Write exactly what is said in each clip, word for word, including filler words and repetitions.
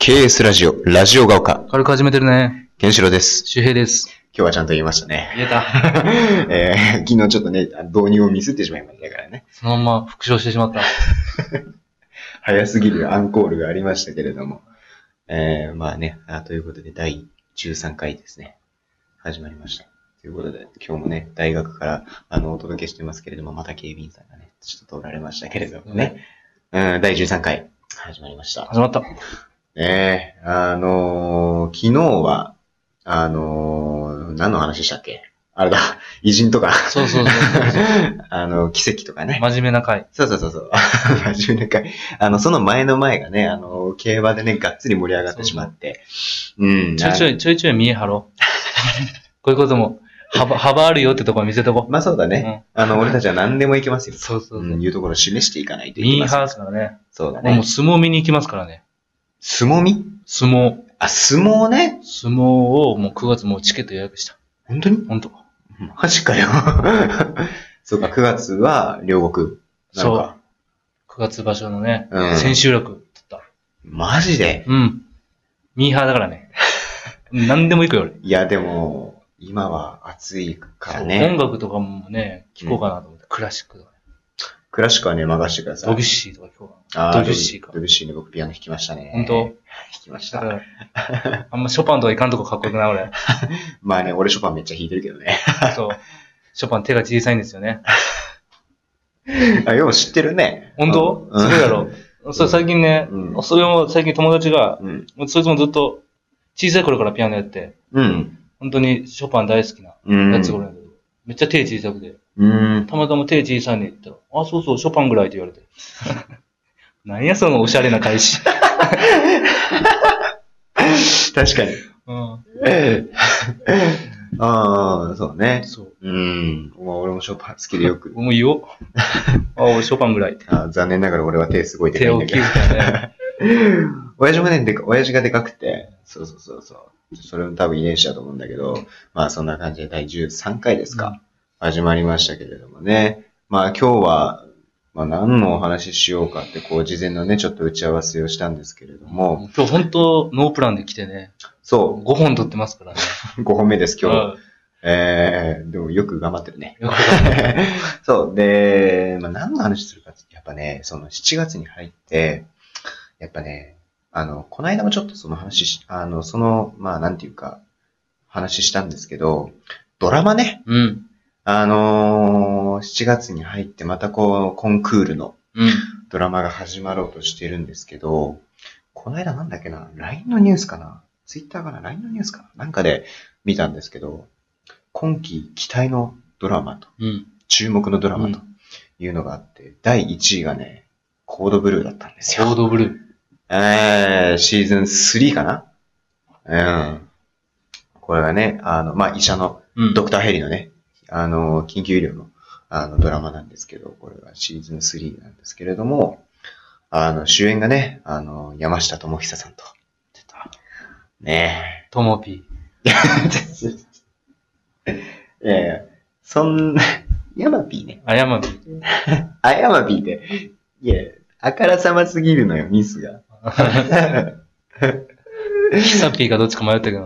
ケーエス ラジオ、ラジオが丘。 軽く始めてるね。 ケンシロウです。 周平です。 今日はちゃんと言いましたね。 言えた。 えー、昨日ちょっとね、導入をミスってしまいましたからね。 そのまま復唱してしまった。 早すぎるアンコールがありましたけれども。えー、まあね、あということでだいじゅうさんかいですね。始まりました。ということで、今日もね、大学からあのお届けしてますけれども、また警備員さんがね、ちょっと通られましたけれどもね。うん、だいじゅうさんかい始まりました。 始まった。 ねえ、あのー、昨日は、あのー、何の話したっけ？あれだ、偉人とか。 そうそうそうそう。 あの、奇跡とかね。 真面目な回。 そうそうそうそう。真面目な回。あの、その前の前がね、あの、競馬でね、がっつり盛り上がってしまって。そうそううん。 ちょいちょい、ちょいちょい見え張ろう。こういうことも、幅、幅あるよってところ見せとこう。 まあそうだね。うん、あの、俺たちは何でもいけますよ。 そうそうそう。 うん、いうところを示していかないといけミーません。 ハーですからね。 そうだね。 もう相撲見に行きますからね。 相撲見？ 相撲。 あ、相撲ね。 相撲をもうくがつもうチケット予約した。 本当に？ 本当。 マジかよ。そうか、くがつは両国。 そう。くがつ場所のね、 うん、 千秋楽取った。 マジで？ うん。ミーハーだからね。何でも行くよ、俺。 いや、でも、今は暑いからね。 音楽とかもね、聴こうかなと思って。うん、クラシックとかね。 クラシックはね、任してください。 ドビュッシーとか聴こうかな。 あドビュッシーか。 ドビュッシーね、僕ピアノ弾きましたね。 本当？ 弾きました。 だから、あんまショパンとかいかんとこかっこよくない俺。 まあね、俺ショパンめっちゃ弾いてるけどね。 そう。ショパン手が小さいんですよね。 あ、よう知ってるね。 本当？すごいだろ。それ最近ね、うん、それも最近友達が、うん、そいつもずっと小さい頃からピアノやって、うん、本当にショパン大好きなやつがおるんだけど、めっちゃ手小さくて、うん、たまたま手小さいねって言ったら、あ、そうそう、ショパンぐらいって言われて。何やそのおしゃれな返し。 確かに。うん、ああ、そうね。そう。うん。俺もショパン好きでよく。 もういいよ。あ、俺ショパンぐらい。 あ、残念ながら俺は手すごいでかいんだけど。 手大きいからね。 親父もね、でか、親父がでかくて、そうそうそうそう。それも多分遺伝子だと思うんだけど、まあそんな感じでだいじゅうさんかいですか。うん、始まりましたけれどもね。まあ今日は、まあ何のお話ししようかって、こう事前のね、ちょっと打ち合わせをしたんですけれども。 今日本当ノープランで来てね。 そう。 ごほん撮ってますからね。 ごほんめです、今日。うん、えー、でもよく頑張ってるね。よく頑張ってる。そう。で、まあ何の話するかって、やっぱね、そのしちがつに入って、やっぱね、あの、この間もちょっとその話し、あの、その、まあなんていうか、話したんですけど、ドラマね。 うん。 あのー、しちがつに入ってまたこう、コンクールのドラマが始まろうとしてるんですけど、うん、この間なんだっけな、ライン のニュースかな、ツイッターかな、ライン のニュースかな、なんかで見たんですけど、今期期待のドラマと、うん、注目のドラマというのがあって、うん、だいいちいがね、コードブルーだったんですよ。 コードブルー。 えー、シーズンスリーかな、うん。これがね、あの、まあ、医者の、ドクターヘリのね、あの、緊急医療の、あの、ドラマなんですけど、これはシーズンスリーなんですけれども、あの、主演がね、あの、山下智久さんと。出た。ねえ。 ともぴー。いやいや、そんな、ヤマピーね。 あ、ヤマピー。 あ、ヤマピーって、いや、あからさますぎるのよ、ミスが。 キサピーかどっちか迷ったけど。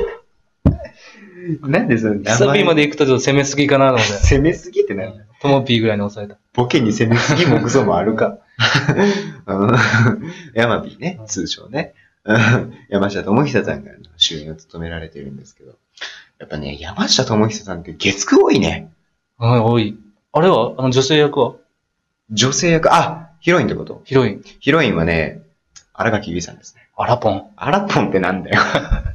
なんでそのキサピーまで行くとちょっと攻めすぎかなと思って。 攻めすぎってなんだよ。 トモピーぐらいに抑えた。 ボケに攻めすぎもクソもあるか。ヤマピーね、通称ね。山下智久さんが主演を務められているんですけど。やっぱね、山下智久さんって月9多いね。 はい、多い。あれはあの女性役は女性役、あ、ヒロインってこと？ ヒロイン。 ヒロインはね、新垣結衣さんですね。 アラポン。 アラポンってなんだよ。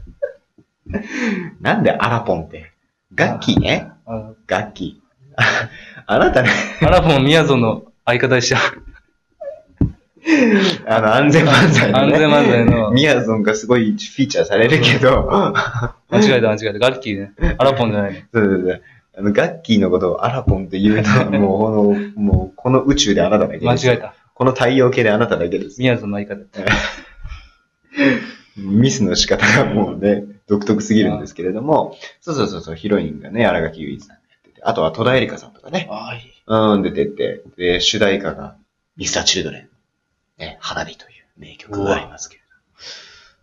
なんでアラポンって。ガッキーね。ガッキー。あなたね。 アラポン、みやぞんの相方でした。 あの、安全漫才の、ね。 安全漫才の。 みやぞんがすごいフィーチャーされるけど。 間違えた間違えた。ガッキーね。アラポンじゃない。 そうそうそう。あの、ガッキーのことをアラポンって言うのは、もう、この、もう、この宇宙であなただけです。 間違えた。 この太陽系であなただけです。 みやぞんの相方。 ミスの仕方がもうね、独特すぎるんですけれども、そうそうそうそう、ヒロインがね、新垣結衣さんがやってて、あとは戸田恵梨香さんとかね、 はい、 うん、出てて、で、主題歌が、ミスターチルドレン、ね、花火という名曲がありますけれど。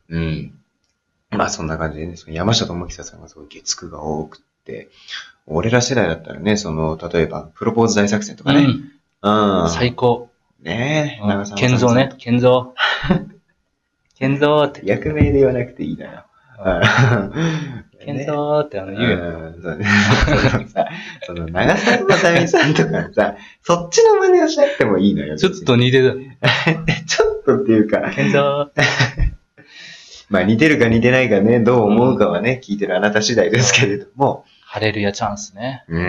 うん。まあそんな感じでね、その山下智久さんがすごい月9が多くって、俺ら世代だったらね、その、例えば、プロポーズ大作戦とかね。 うん。うん、最高。 ねえ、 長澤まさみさん。健三ね、健三。健三って。 役名で言わなくていいのよ。 健三ってあの言うよね。 そうね。その、長澤まさみさんとかさ、そっちの真似をしなくてもいいのよ。 ちょっと似てる。 ちょっとっていうか。 健三。 まあ似てるか似てないかね、どう思うかはね、聞いてるあなた次第ですけれども。 ハレルヤチャンスね。 うん。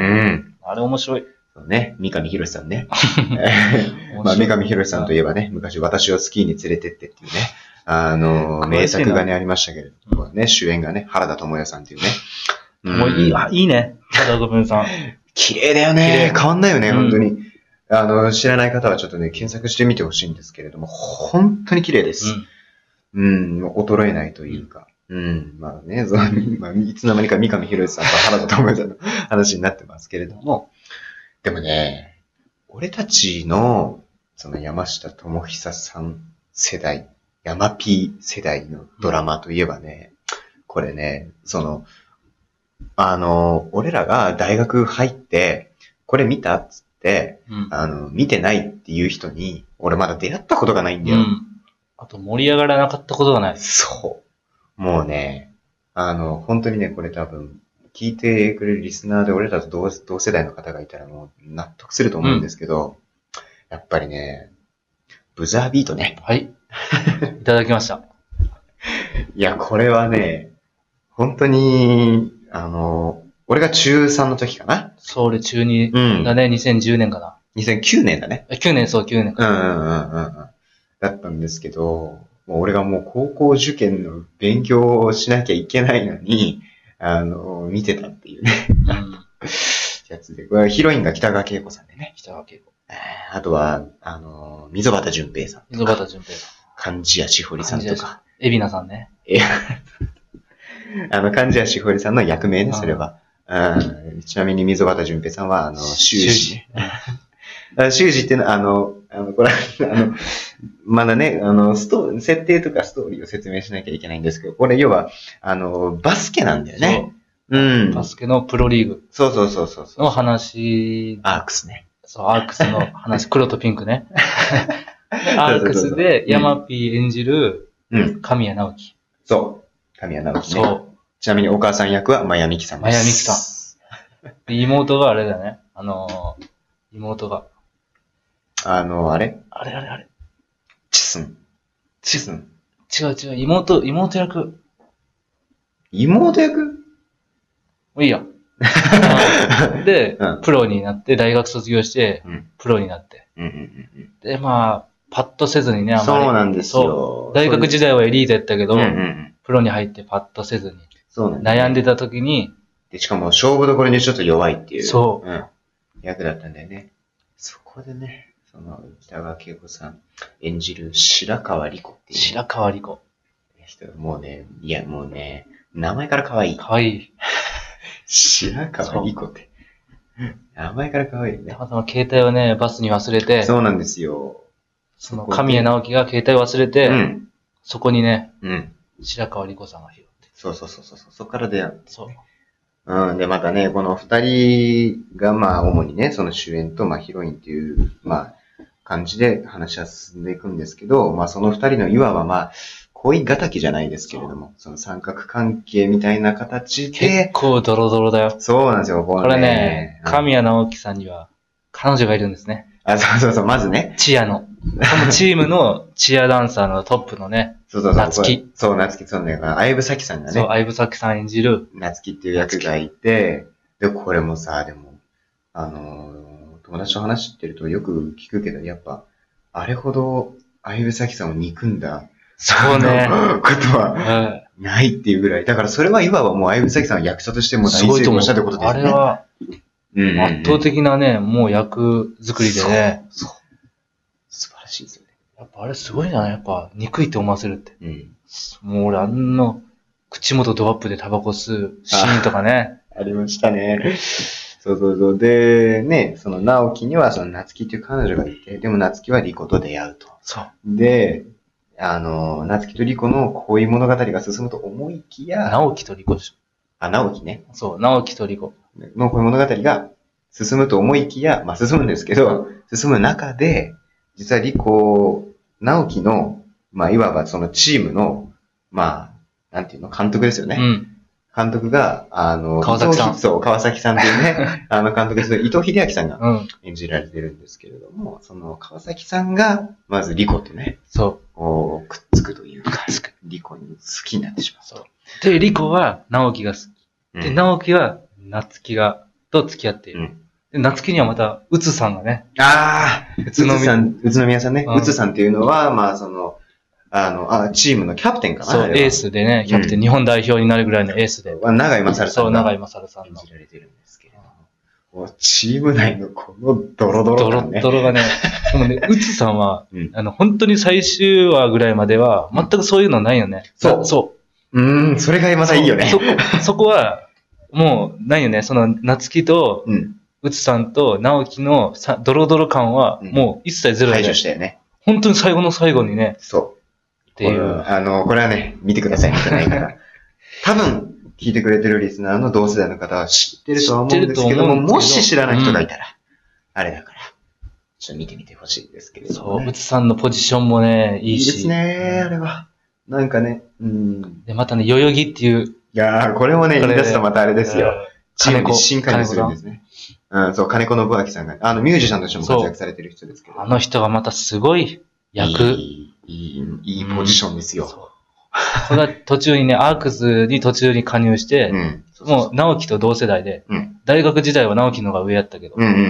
あれ面白い。 そうね、三上博史さんね。まあ三上博史さんといえばね、昔私をスキーに連れてってっていうね、あの、名作がね、ありましたけれども、ね、主演がね、原田知世さんっていうね。 もういい、あ、いいね。原田知世さん。 綺麗だよね。変わんないよね、本当に。あの、知らない方はちょっとね、検索してみてほしいんですけれども、本当に綺麗です。うん、衰えないというか。うん、まあね、その、まあ、いつの間にか三上博史さんと原田知世さんの話になってますけれども、でもね、俺たちの、その山下智久さん世代、山 P 世代のドラマといえばね、これね、その、あの、俺らが大学入って、これ見たっつって、うん、あの、見てないっていう人に、俺まだ出会ったことがないんだよ。うんあと盛り上がらなかったことがない。 そう。もうね、あの、本当にね、これ多分、聞いてくれるリスナーで俺らと同同世代の方がいたらもう納得すると思うんですけど、うん、やっぱりね、ブザービートね。 はい。いただきました。 いや、これはね、本当に、あの、俺が中さんの時かな。 そう、俺中にだね、うん、にせんじゅうねんかな。 にせんきゅうねんだね。 きゅうねん、そう、きゅうねんかな。うんうんうんうん。だったんですけど、もう俺がもう高校受験の勉強をしなきゃいけないのに、あの、見てたっていうね。うん、やつで、これヒロインが北川景子さんでね。 北川景子。 あとは、あの、溝端淳平さん。 溝端淳平さん。 貫地谷しほりさんとか。 海老名さんね。 え、あの、貫地谷しほりさんの役名ね、それは。うん、ちなみに溝端淳平さんは、あの、修士。修士っていうのは、あの、あの、これ、あの、まだね、あの、スト設定とかストーリーを説明しなきゃいけないんですけど、これ要は、あの、バスケなんだよね。 う。うん。バスケのプロリーグ。 そうそうそうそう。 の話。 アークスね。 そう、アークスの話、黒とピンクね。アークスで、ヤマピー演じる、うん。神谷直樹。 そう。神谷直樹ね。そう。ちなみにお母さん役は、マヤミキさんです。 マヤミキさん。妹があれだね。あの、妹が。 あの、あれあれあれあれ。 チスン。チスン。 違う違う、妹、妹役。 妹役もういいや。で、うん、プロになって、大学卒業して、うん、プロになって。うんうんうん、で、まあ、パッとせずにね、あんまり。 そうなんですよ。 大学時代はエリートやったけど、うんうん、プロに入ってパッとせずに。 そうなんです、ね、悩んでた時に。 で、しかも勝負どころにちょっと弱いっていう。 そう。 うん。役だったんだよね。そこでね。その、北川景子さん演じる白川莉子っていう。 白川莉子。 もうね、いやもうね、名前から可愛い。 可愛い。 白川莉子って。名前から可愛いよね。 たまたま携帯をね、バスに忘れて。 そうなんですよ。 その神谷直樹が携帯忘れて、うん、そこにね、うん、白川莉子さんが拾って。 そうそうそうそう。そこから出会って、ね。そう。うん。で、またね、この二人が、まあ、主にね、その主演と、まあ、ヒロインっていう、まあ、感じで話は進んでいくんですけど、まあその二人のいわばまあ、恋敵じゃないですけれども、その三角関係みたいな形で。 結構ドロドロだよ。 そうなんですよ、 これね。これね、神谷直樹さんには彼女がいるんですね。 あ、そうそうそう、まずね。 チアの。そのチームのチアダンサーのトップのね。 そうそうそう。 夏希。 そう、夏希、そうね。相武咲さんがね。 そう、相武咲さん演じる。 夏希っていう役がいて、で、これもさ、でも、あのー、友達と話してるとよく聞くけど、やっぱ、あれほど相武咲さんを憎んだ、 そうね。 ことはないっていうぐらい。だからそれはいわばもう相武咲さんは役者としても大成功したってことですね。 あれは、圧倒的なね、もう役作りでね。 そう。そう素晴らしいですよね。 やっぱあれすごいな、やっぱ憎いって思わせるって。うん、もう俺あの、口元ドアップでタバコ吸うシーンとかね。 あ, ありましたね。そうそうそう。で、ね、その直樹にはその夏希っていう彼女がいて、でも夏希は莉子と出会うと。 そう。 で、 あの、夏希とリコの恋物語が進むと思いきや、 直樹とリコでしょ。 あ、直樹ね。 そう、直樹とリコ。 の恋物語が進むと思いきや、まあ進むんですけど、進む中で、実はリコ、直樹の、まあいわばそのチームの、まあ、なんていうの、監督ですよね。うん。監督が、あの、 川崎さん。 そう、川崎さんっていうね、あの監督です。伊藤英明さんが演じられてるんですけれども、うん、その川崎さんが、まずリコとね、 そう。 こう、くっつくというか、リコに好きになってしまう。そう。 で、リコは直樹が好き。で、うん、直樹は夏希が、と付き合っている。うん、で、夏希にはまた、うつさんがね。 ああ、宇都宮さん、宇都宮さんね。うつさんっていうのは、まあ、その、あの、あ、チームのキャプテンかな。 そう、エースでね、キャプテン、うん、日本代表になるぐらいのエースで。 長井勝さん。 そう、長井勝さん演じられてるんですけれども。チーム内のこのドロドロ感ね。 ドロドロがね、でもね、うつさんは、うん、あの、本当に最終話ぐらいまでは、全くそういうのないよね。 そう。 そう。 うん、それがまたいいよね。 そ、そこは、もう、ないよね。その、夏希と、うつさんと直樹のさドロドロ感は、もう一切ゼロで、 排除したよね。 本当に最後の最後にね。 そう。っていう。あの、これはね、見てください。見てないから。多分、聞いてくれてるリスナーの同世代の方は知ってるとは思うんですけども、もし知らない人がいたら、うん、あれだから、ちょっと見てみてほしいですけれども、ね。 そう、うつさんのポジションもね、いいし。 いいですね、あれは。なんかね、うん。 で、またね、代々木っていう。いやー、これもね、言い出すとまたあれですよ。チームに進化にするんですね。うん、そう、金子信明さんが、あの、ミュージシャンとしても活躍されてる人ですけど。 あの人がまたすごい役。 いい、いい、いいポジションですよ。うん、そう。 それが途中にね、アークスに途中に加入して、うん、もう直樹と同世代で、うん、大学時代は直樹の方が上やったけど、うんうんうん、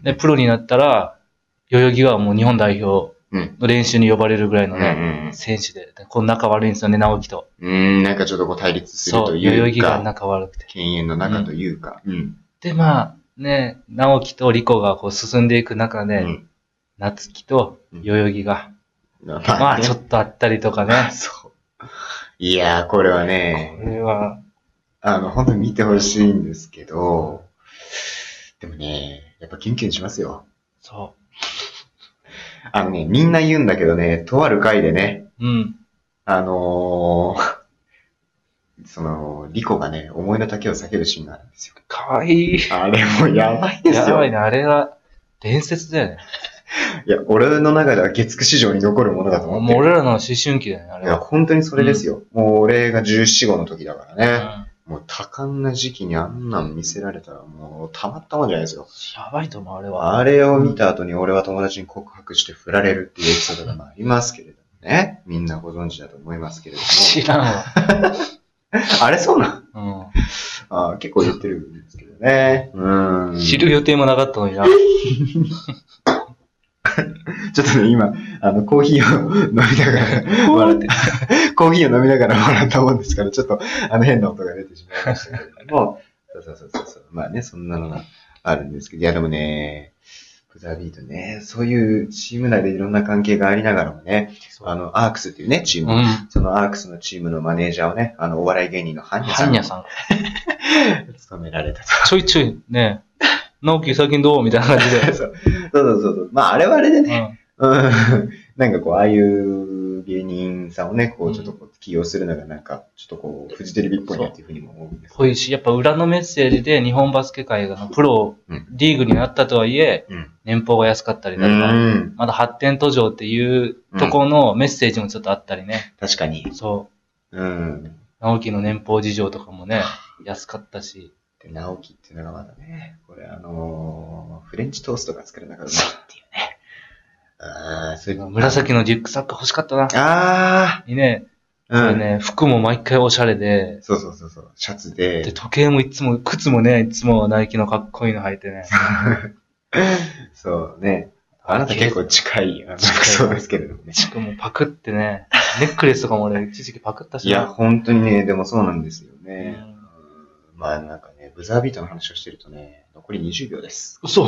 で、プロになったら、代々木はもう日本代表の練習に呼ばれるぐらいのね、うんうん、選手で、この仲悪いんですよね、直樹と。 うん、なんかちょっとこう対立するというか。 そう、代々木が仲悪くて。 犬猿の中というか。 うんうん、で、まあ、ね、直樹とリコがこう進んでいく中で、うん、夏希と代々木が、うん、まあ、まあ、ちょっとあったりとかね。 そう。いやー、これはね、 これは、 あの、本当に見てほしいんですけど、でもね、やっぱキュンキュンしますよ。 そう。 あのね、みんな言うんだけどね、とある回でね、 うん。 あのー、その、リコがね、思いの丈を叫ぶシーンがあるんですよ。 かわいい。 あれもやばいですよ。 やばいね、あれは、伝説だよね。 いや、俺の中では月9史上に残るものだと思ってる。 もう俺らの思春期だよね、あれは。 いや、本当にそれですよ。うん、もう俺がじゅうなな、ごの時だからね。うん、もう多感な時期にあんなん見せられたらもうたまったもんじゃないですよ。 やばいと思う、あれは。 あれを見た後に俺は友達に告白して振られるっていうエピソードがありますけれどもね。みんなご存知だと思いますけれども。 知らんわ。 あれそうなん、 うん、 あ結構言ってるんですけどね。うん。 知る予定もなかったのにな。 ちょっとね、今、あの、コーヒーを飲みながら、笑って、コーヒーを飲みながら笑ったもんですから、ちょっと、あの、変な音が出てしまいましたけれども、そうそうそうそう。まあね、そんなのがあるんですけど、いや、でもね、ブザービートね、そういうチーム内でいろんな関係がありながらもね、あの、アークスっていうね、チーム、うん、そのアークスのチームのマネージャーをね、あの、お笑い芸人のハンニャさん。 ハンニャさん。 務められたと。 ちょいちょいね、直樹最近どうみたいな感じで。 そうそうそうそう。まあ、あれはあれでね、うん、なんかこう、ああいう芸人さんをね、こう、ちょっとこう起用するのがなんか、ちょっとこう、フジテレビっぽいなっていうふうにも思うんです。 ぽいし、やっぱ裏のメッセージで日本バスケ界がプロ、うん、リーグになったとはいえ、うん、年俸が安かったりだとか、うん、まだ発展途上っていうところのメッセージもちょっとあったりね。 確かに。 そう。 うん。 直樹の年俸事情とかもね、安かったし。 で、直樹っていうのがまだね、これあのー、フレンチトーストが作れなかったっていうね。 ああ、それ紫のリュックサック欲しかったな。 ああ。 いいね。うん。これね、服も毎回おしゃれで。 そうそうそうそう。シャツで。 で、時計もいつも、靴もね、いつもナイキのかっこいいの履いてね。 そうね。あなた結構近い、あの、そうですけれどもね。 しかもパクってね、ネックレスとかも俺一時期パクったし、ね。 いや、本当にね、でもそうなんですよね。うん、まあなんかね、ブザービートの話をしてるとね、残りにじゅうびょうです。 嘘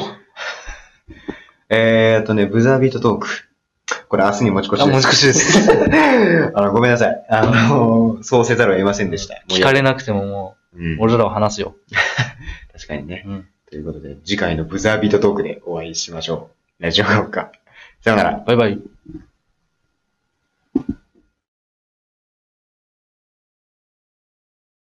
えーっとね、ブザービートトーク。これ明日に持ち越しです。 あ、持ち越しです。 あの、ごめんなさい。あの、そうせざるを得ませんでした。 聞かれなくてももう、うん、俺らは話すよ。 確かにね、うん。ということで、次回のブザービートトークでお会いしましょう。ラジオ学科。さよなら。 バイバイ。